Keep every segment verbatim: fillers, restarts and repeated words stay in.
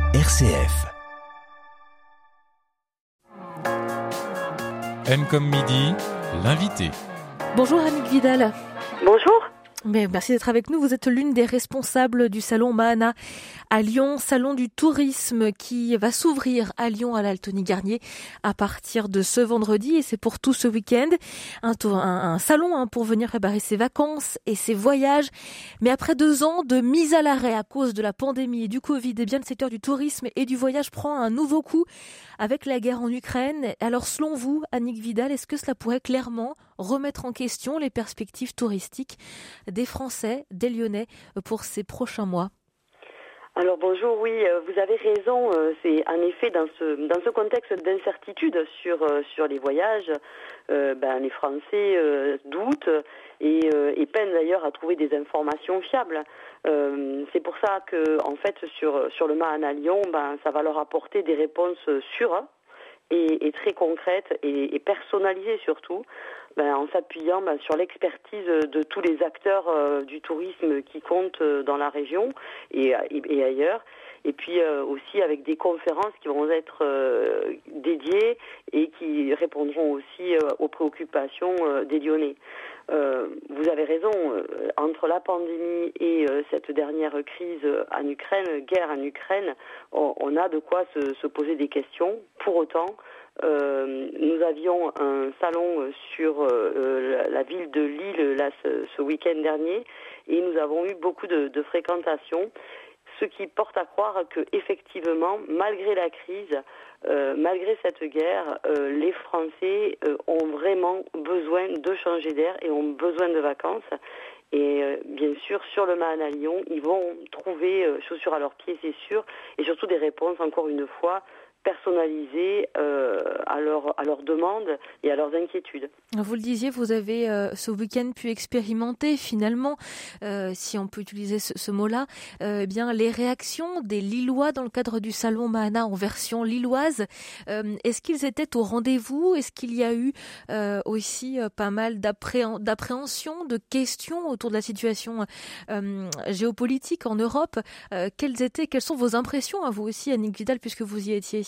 R C F. M comme midi, l'invité. Bonjour Annick Vidal. Bonjour. Mais merci d'être avec nous. Vous êtes l'une des responsables du salon Mahana à Lyon, salon du tourisme qui va s'ouvrir à Lyon à l'Altony Garnier à partir de ce vendredi et c'est pour tout ce week-end. Un, tour, un, un salon hein, pour venir préparer ses vacances et ses voyages. Mais après deux ans de mise à l'arrêt à cause de la pandémie et du Covid, eh bien le secteur du tourisme et du voyage prend un nouveau coup avec la guerre en Ukraine. Alors selon vous, Annick Vidal, est-ce que cela pourrait clairement remettre en question les perspectives touristiques des Français, des Lyonnais pour ces prochains mois? Alors bonjour, oui, vous avez raison. C'est en effet dans ce dans ce contexte d'incertitude sur sur les voyages, euh, ben les Français euh, doutent et, euh, et peinent d'ailleurs à trouver des informations fiables. Euh, c'est pour ça que en fait sur sur le Mahana Lyon, ben ça va leur apporter des réponses sûres et, et très concrètes et, et personnalisées surtout. Ben, en s'appuyant ben, sur l'expertise de tous les acteurs euh, du tourisme qui comptent euh, dans la région et, et, et ailleurs. Et puis euh, aussi avec des conférences qui vont être euh, dédiées et qui répondront aussi euh, aux préoccupations euh, des Lyonnais. Euh, vous avez raison, euh, entre la pandémie et euh, cette dernière crise en Ukraine, guerre en Ukraine, on, on a de quoi se, se poser des questions. Pour autant, Euh, nous avions un salon sur euh, la, la ville de Lille là, ce, ce week-end dernier et nous avons eu beaucoup de, de fréquentation, ce qui porte à croire que effectivement, malgré la crise, euh, malgré cette guerre, euh, les Français euh, ont vraiment besoin de changer d'air et ont besoin de vacances. Et euh, bien sûr, sur le Mahana Lyon, ils vont trouver euh, chaussures à leurs pieds, c'est sûr, et surtout des réponses, encore une fois, personnalisées euh, à leur à leurs demandes et à leurs inquiétudes. Vous le disiez, vous avez euh, ce week-end pu expérimenter finalement, euh, si on peut utiliser ce, ce mot-là, euh, eh bien les réactions des Lillois dans le cadre du salon Mahana en version lilloise. Euh, est-ce qu'ils étaient au rendez-vous? Est-ce qu'il y a eu euh, aussi euh, pas mal d'appréhen- d'appréhension, de questions autour de la situation euh, géopolitique en Europe? euh, Quelles étaient, quelles sont vos impressions à vous aussi, Annick Vidal, puisque vous y étiez?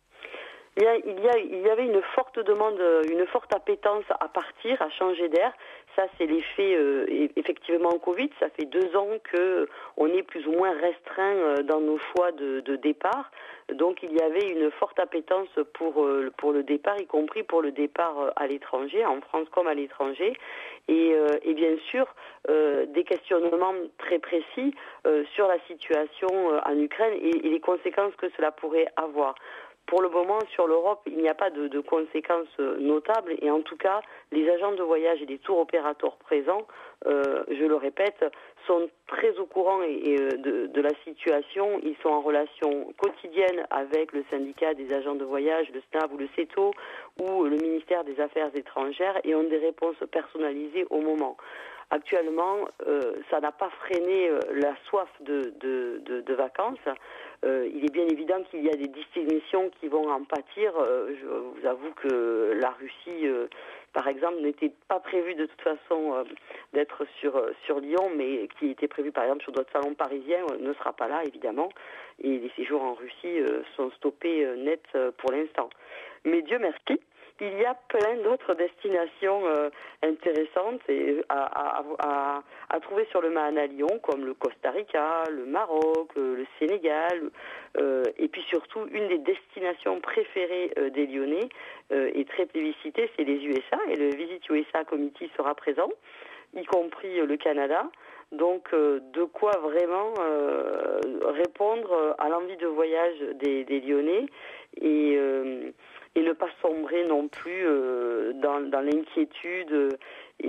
Il y, a, il, y a, il y avait une forte demande, une forte appétence à partir, à changer d'air. Ça, c'est l'effet euh, effectivement Covid. Ça fait deux ans que on est plus ou moins restreint dans nos choix de, de départ. Donc, il y avait une forte appétence pour euh, pour le départ, y compris pour le départ à l'étranger, en France comme à l'étranger. Et, euh, et bien sûr, euh, des questionnements très précis euh, sur la situation en Ukraine et, et les conséquences que cela pourrait avoir. Pour le moment, sur l'Europe, il n'y a pas de, de conséquences notables et en tout cas, les agents de voyage et les tours opérateurs présents, euh, je le répète, sont très au courant et, et de, de la situation. Ils sont en relation quotidienne avec le syndicat des agents de voyage, le S N A V ou le C E T O ou le ministère des Affaires étrangères et ont des réponses personnalisées au moment. Actuellement, euh, ça n'a pas freiné euh, la soif de, de, de, de vacances. Euh, il est bien évident qu'il y a des destinations qui vont en pâtir. Euh, je vous avoue que la Russie, euh, par exemple, n'était pas prévue de toute façon euh, d'être sur, sur Lyon, mais qui était prévue par exemple sur d'autres salons parisiens, euh, ne sera pas là évidemment. Et les séjours en Russie euh, sont stoppés euh, net euh, pour l'instant. Mais Dieu merci, il y a plein d'autres destinations euh, intéressantes et à, à, à, à trouver sur le Mahana Lyon, comme le Costa Rica, le Maroc, euh, le Sénégal, euh, et puis surtout une des destinations préférées euh, des Lyonnais euh, et très plébiscitée, c'est les U S A, et le Visit U S A Committee sera présent, y compris euh, le Canada. Donc, euh, de quoi vraiment euh, répondre à l'envie de voyage des, des Lyonnais et, euh, et ne pas sombrer non plus euh, dans, dans l'inquiétude et,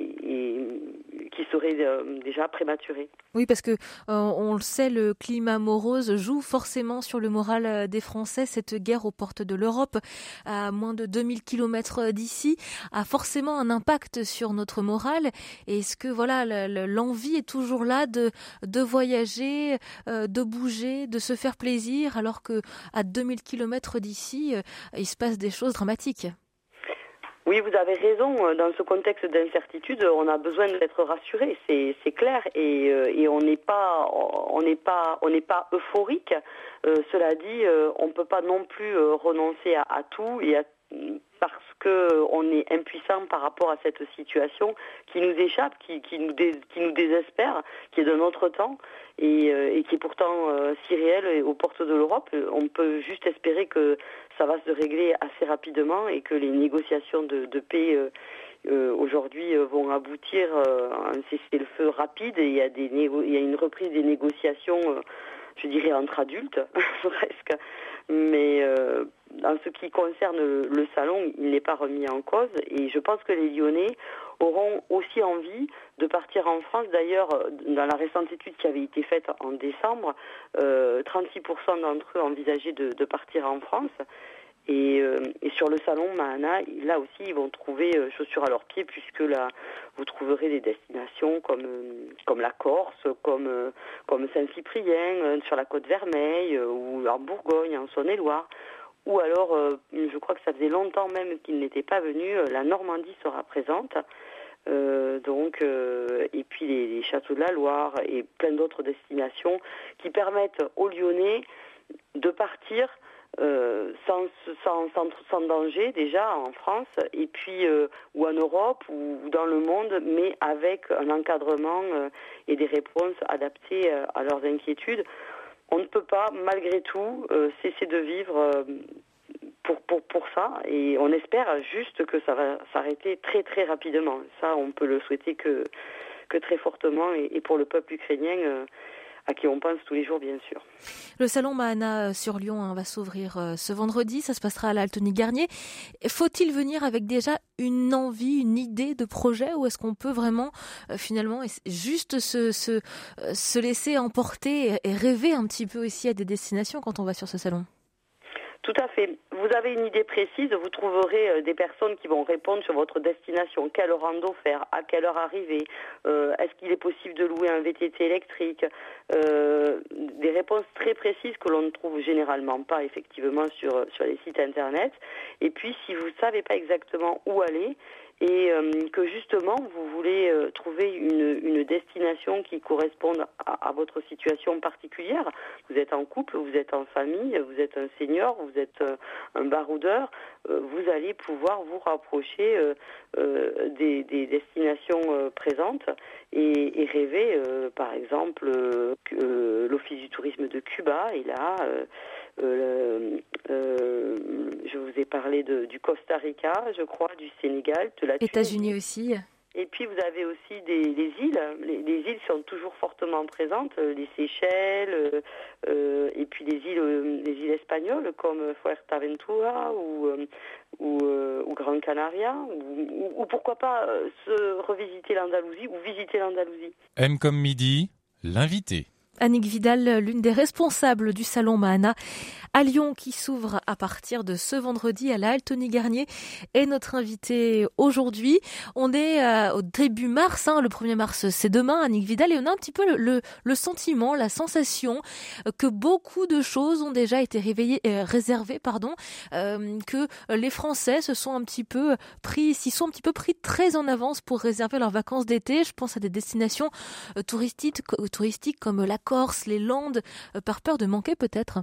et qui serait euh, déjà prématurée. Oui, parce que euh, on le sait, le climat morose joue forcément sur le moral des Français. Cette guerre aux portes de l'Europe, à moins de deux mille kilomètres d'ici, a forcément un impact sur notre morale. Et est-ce que voilà, l'envie est toujours là de de voyager, euh, de bouger, de se faire plaisir, alors que à deux mille kilomètres d'ici, euh, il se passe des choses dramatiques? Oui, vous avez raison. Dans ce contexte d'incertitude, on a besoin d'être rassuré, c'est, c'est clair, et, et on n'est pas, on n'est pas, on n'est pas euphorique. Euh, cela dit, euh, on ne peut pas non plus euh, renoncer à, à tout et à, parce que on est impuissant par rapport à cette situation qui nous échappe, qui, qui nous, dé, qui nous désespère, qui est de notre temps et, euh, et qui est pourtant euh, si réelle et aux portes de l'Europe. On peut juste espérer que ça va se régler assez rapidement et que les négociations de, de paix euh, euh, aujourd'hui euh, vont aboutir euh, à un cessez-le-feu rapide et il y a des négo- il y a une reprise des négociations, euh, je dirais entre adultes presque. Mais euh, en ce qui concerne le, le salon, il n'est pas remis en cause et je pense que les Lyonnais auront aussi envie de partir en France. D'ailleurs, dans la récente étude qui avait été faite en décembre, euh, trente-six pour cent d'entre eux envisageaient de, de partir en France. Et, euh, et sur le salon Mahana, là aussi, ils vont trouver euh, chaussures à leurs pieds, puisque là, vous trouverez des destinations comme euh, comme la Corse, comme euh, comme Saint-Cyprien, euh, sur la Côte Vermeille, euh, ou en Bourgogne, en Saône-et-Loire. Ou alors, euh, je crois que ça faisait longtemps même qu'ils n'étaient pas venus, euh, la Normandie sera présente. Euh, donc, euh, et puis les, les châteaux de la Loire et plein d'autres destinations qui permettent aux Lyonnais de partir Euh, sans, sans, sans, sans danger déjà en France et puis euh, ou en Europe ou, ou dans le monde, mais avec un encadrement euh, et des réponses adaptées euh, à leurs inquiétudes. On ne peut pas malgré tout euh, cesser de vivre euh, pour, pour, pour ça et on espère juste que ça va s'arrêter très très rapidement. Ça, on peut le souhaiter que, que très fortement et, et pour le peuple ukrainien euh, à qui on pense tous les jours, bien sûr. Le salon Mahana sur Lyon hein, va s'ouvrir euh, ce vendredi. Ça se passera à l'Altony Garnier. Faut-il venir avec déjà une envie, une idée de projet, ou est-ce qu'on peut vraiment, euh, finalement, juste se, se, euh, se laisser emporter et rêver un petit peu aussi à des destinations quand on va sur ce salon? Tout à fait. Vous avez une idée précise, vous trouverez des personnes qui vont répondre sur votre destination. Quel rando faire? À quelle heure arriver? euh, Est-ce qu'il est possible de louer un V T T électrique? euh, Des réponses très précises que l'on ne trouve généralement pas effectivement sur, sur les sites internet. Et puis, si vous ne savez pas exactement où aller, et euh, que justement vous voulez euh, trouver une, une destination qui corresponde à, à votre situation particulière, vous êtes en couple, vous êtes en famille, vous êtes un senior, vous êtes euh, un baroudeur, euh, vous allez pouvoir vous rapprocher euh, euh, des, des destinations euh, présentes et, et rêver, euh, par exemple, euh, euh, l'Office du tourisme de Cuba est là. Euh, Euh, euh, je vous ai parlé de, du Costa Rica, je crois, du Sénégal, de la États-Unis Tunisie aussi. Et puis vous avez aussi des, des îles. Les, les îles sont toujours fortement présentes, les Seychelles, euh, euh, et puis les îles, euh, les îles espagnoles comme Fuerteventura ou, euh, ou, euh, ou Gran Canaria, ou, ou, ou pourquoi pas euh, se revisiter l'Andalousie ou visiter l'Andalousie. M comme midi, l'invité. Annick Vidal, l'une des responsables du salon Mahana à Lyon qui s'ouvre à partir de ce vendredi à la Altony Garnier, est notre invitée aujourd'hui. On est euh, au début mars, hein, le premier mars c'est demain, Annick Vidal, et on a un petit peu le, le, le sentiment, la sensation que beaucoup de choses ont déjà été réveillées, euh, réservées, pardon, euh, que les Français se sont un petit peu pris, s'y sont un petit peu pris très en avance pour réserver leurs vacances d'été. Je pense à des destinations euh, touristiques, touristiques comme la Corse, les Landes, euh, par peur de manquer peut-être.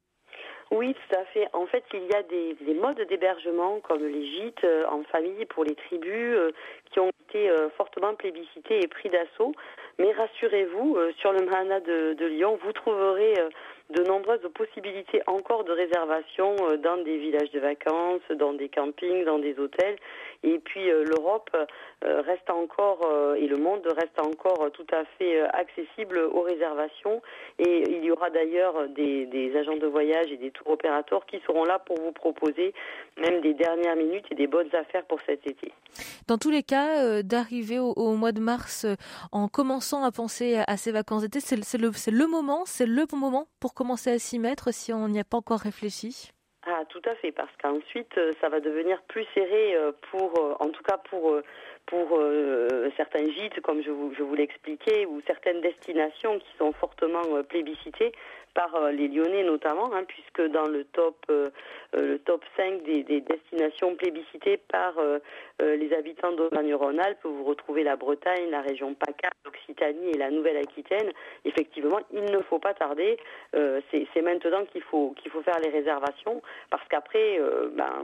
Oui, tout à fait. En fait, il y a des, des modes d'hébergement comme les gîtes euh, en famille pour les tribus euh, qui ont été euh, fortement plébiscités et pris d'assaut. Mais rassurez-vous, euh, sur le Mahana de, de Lyon, vous trouverez euh, de nombreuses possibilités encore de réservation euh, dans des villages de vacances, dans des campings, dans des hôtels. Et puis euh, l'Europe euh, reste encore, euh, et le monde reste encore tout à fait euh, accessible aux réservations. Et il y aura d'ailleurs des, des agents de voyage et des tour opérateurs qui seront là pour vous proposer même des dernières minutes et des bonnes affaires pour cet été. Dans tous les cas, euh, d'arriver au, au mois de mars euh, en commençant à penser à, à ces vacances d'été, c'est, c'est, le, c'est le moment, c'est le bon moment pour commencer à s'y mettre si on n'y a pas encore réfléchi. Ah, tout à fait, parce qu'ensuite, ça va devenir plus serré pour, en tout cas pour, pour euh, certains gîtes, comme je vous, je vous l'expliquais, ou certaines destinations qui sont fortement euh, plébiscitées par euh, les Lyonnais notamment, hein, puisque dans le top euh, le top cinq des, des destinations plébiscitées par euh, euh, les habitants d'Auvergne-Rhône-Alpes, vous retrouvez la Bretagne, la région PACA, l'Occitanie et la Nouvelle-Aquitaine. Effectivement, il ne faut pas tarder. Euh, c'est, c'est maintenant qu'il faut qu'il faut faire les réservations, parce qu'après, euh, ben,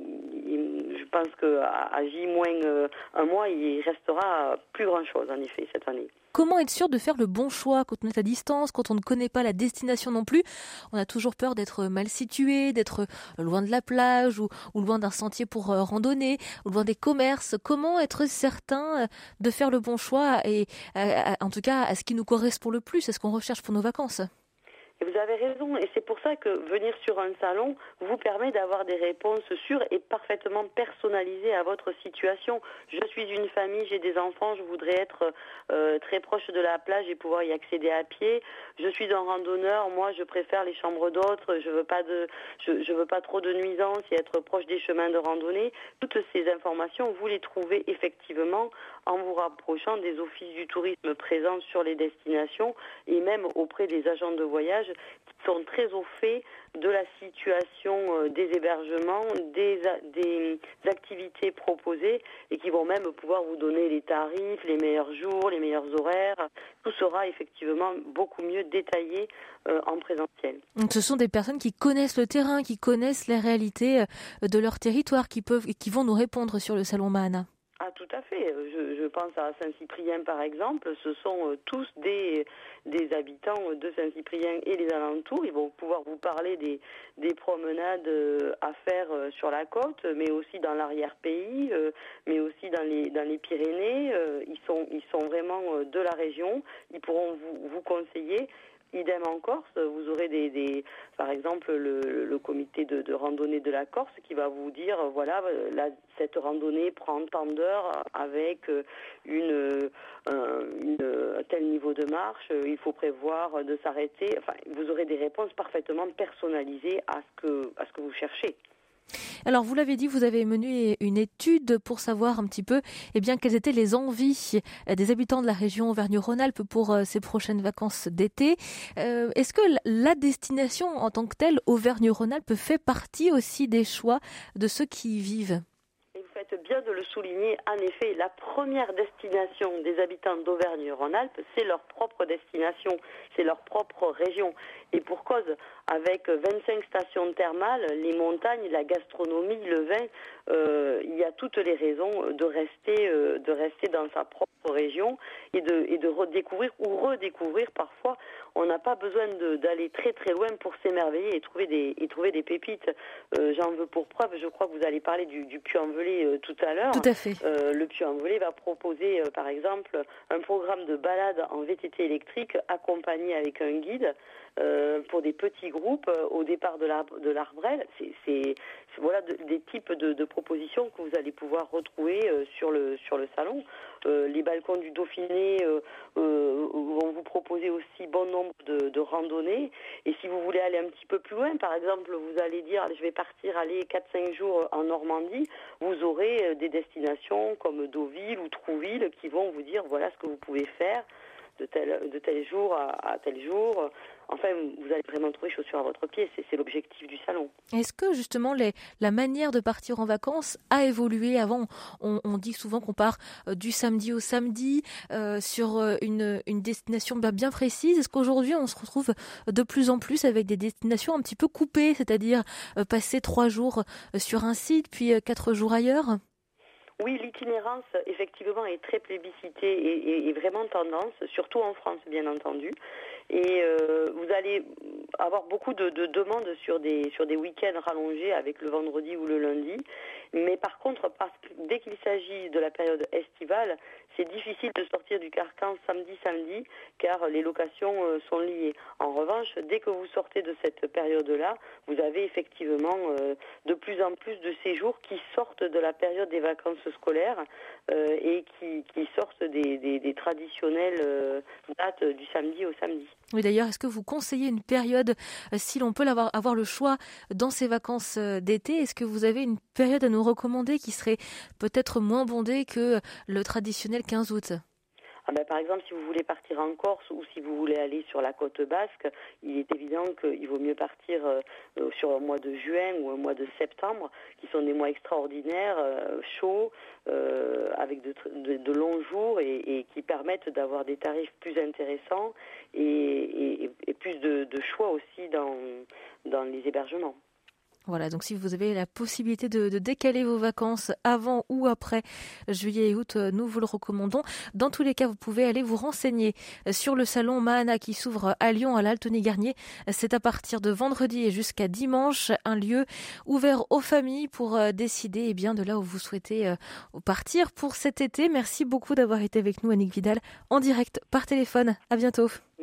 je pense qu'à à J moins euh, un mois, il restera plus grand-chose en effet cette année. Comment être sûr de faire le bon choix quand on est à distance, quand on ne connaît pas la destination non plus? On a toujours peur d'être mal situé, d'être loin de la plage ou, ou loin d'un sentier pour euh, randonner, ou loin des commerces. Comment être certain de faire le bon choix et euh, en tout cas à ce qui nous correspond le plus, à ce qu'on recherche pour nos vacances? Et vous avez raison, et c'est pour ça que venir sur un salon vous permet d'avoir des réponses sûres et parfaitement personnalisées à votre situation. Je suis une famille, j'ai des enfants, je voudrais être euh, très proche de la plage et pouvoir y accéder à pied. Je suis un randonneur, moi je préfère les chambres d'hôtes, je veux pas de, je, je veux pas trop de nuisances et être proche des chemins de randonnée. Toutes ces informations, vous les trouvez effectivement en vous rapprochant des offices du tourisme présents sur les destinations et même auprès des agents de voyage qui sont très au fait de la situation des hébergements, des, des activités proposées et qui vont même pouvoir vous donner les tarifs, les meilleurs jours, les meilleurs horaires. Tout sera effectivement beaucoup mieux détaillé euh, en présentiel. Donc ce sont des personnes qui connaissent le terrain, qui connaissent les réalités de leur territoire, qui peuvent, qui vont nous répondre sur le salon Mahana. Ah, tout à fait. Je, je pense à Saint-Cyprien, par exemple. Ce sont euh, tous des, des habitants de Saint-Cyprien et les alentours. Ils vont pouvoir vous parler des, des promenades euh, à faire euh, sur la côte, mais aussi dans l'arrière-pays, euh, mais aussi dans les, dans les Pyrénées. Euh, ils sont, ils sont vraiment euh, de la région. Ils pourront vous, vous conseiller. Idem en Corse, vous aurez des, des par exemple le, le comité de, de randonnée de la Corse qui va vous dire voilà la, cette randonnée prend tant d'heures avec une, un, une un tel niveau de marche, il faut prévoir de s'arrêter. Enfin, vous aurez des réponses parfaitement personnalisées à ce que à ce que vous cherchez. Alors, vous l'avez dit, vous avez mené une étude pour savoir un petit peu, eh bien, quelles étaient les envies des habitants de la région Auvergne-Rhône-Alpes pour euh, ces prochaines vacances d'été. Euh, est-ce que la destination en tant que telle, Auvergne-Rhône-Alpes, fait partie aussi des choix de ceux qui y vivent ? Et vous faites bien de le souligner. En effet, la première destination des habitants d'Auvergne-Rhône-Alpes, c'est leur propre destination, c'est leur propre région. Et pour cause, avec vingt-cinq stations thermales, les montagnes, la gastronomie, le vin, euh, il y a toutes les raisons de rester, euh, de rester dans sa propre région et de, et de redécouvrir ou redécouvrir parfois. On n'a pas besoin de, d'aller très très loin pour s'émerveiller et trouver des, et trouver des pépites. Euh, j'en veux pour preuve, je crois que vous allez parler du, du Puy-en-Velay euh, tout à l'heure. Tout à fait. Euh, le Puy-en-Velay va proposer euh, par exemple un programme de balade en V T T électrique accompagné avec un guide. Euh, pour des petits groupes euh, au départ de l'Arbre, de l'Arbrel. C'est, c'est, c'est voilà de, des types de, de propositions que vous allez pouvoir retrouver euh, sur le sur le salon. Euh, les balcons du Dauphiné euh, euh, vont vous proposer aussi bon nombre de, de randonnées. Et si vous voulez aller un petit peu plus loin, par exemple, vous allez dire je vais partir aller quatre cinq jours en Normandie, vous aurez des destinations comme Deauville ou Trouville qui vont vous dire voilà ce que vous pouvez faire de tel, de tel jour à, à tel jour. Enfin, vous allez vraiment trouver chaussures à votre pied. C'est, c'est l'objectif du salon. Est-ce que justement les, la manière de partir en vacances a évolué? Avant, on, on dit souvent qu'on part du samedi au samedi euh, sur une, une destination bien, bien précise. Est-ce qu'aujourd'hui, on se retrouve de plus en plus avec des destinations un petit peu coupées, c'est-à-dire euh, passer trois jours sur un site, puis euh, quatre jours ailleurs? Oui, l'itinérance, effectivement, est très plébiscitée et, et, et vraiment tendance, surtout en France, bien entendu. Et euh, vous allez avoir beaucoup de, de demandes sur des sur des week-ends rallongés avec le vendredi ou le lundi. Mais par contre, parce que dès qu'il s'agit de la période estivale, c'est difficile de sortir du carcan samedi, samedi, car les locations euh, sont liées. En revanche, dès que vous sortez de cette période-là, vous avez effectivement euh, de plus en plus de séjours qui sortent de la période des vacances scolaires euh, et qui, qui sortent des, des, des traditionnelles euh, dates du samedi au samedi. Oui, d'ailleurs, est-ce que vous conseillez une période, euh, si l'on peut l'avoir, avoir le choix dans ces vacances euh, d'été, est-ce que vous avez une période à nous recommander qui serait peut-être moins bondée que le traditionnel quinze août ? Ah ben, par exemple, si vous voulez partir en Corse ou si vous voulez aller sur la côte basque, il est évident qu'il vaut mieux partir euh, sur un mois de juin ou un mois de septembre, qui sont des mois extraordinaires, euh, chauds, euh, avec de, de, de longs jours et, et qui permettent d'avoir des tarifs plus intéressants et, et, et plus de, de choix aussi dans, dans les hébergements. Voilà, donc si vous avez la possibilité de, de décaler vos vacances avant ou après juillet et août, nous vous le recommandons. Dans tous les cas, vous pouvez aller vous renseigner sur le salon Mahana qui s'ouvre à Lyon, à l'Altony-Garnier. C'est à partir de vendredi et jusqu'à dimanche, un lieu ouvert aux familles pour décider eh bien, de là où vous souhaitez partir pour cet été. Merci beaucoup d'avoir été avec nous, Annick Vidal, en direct par téléphone. À bientôt.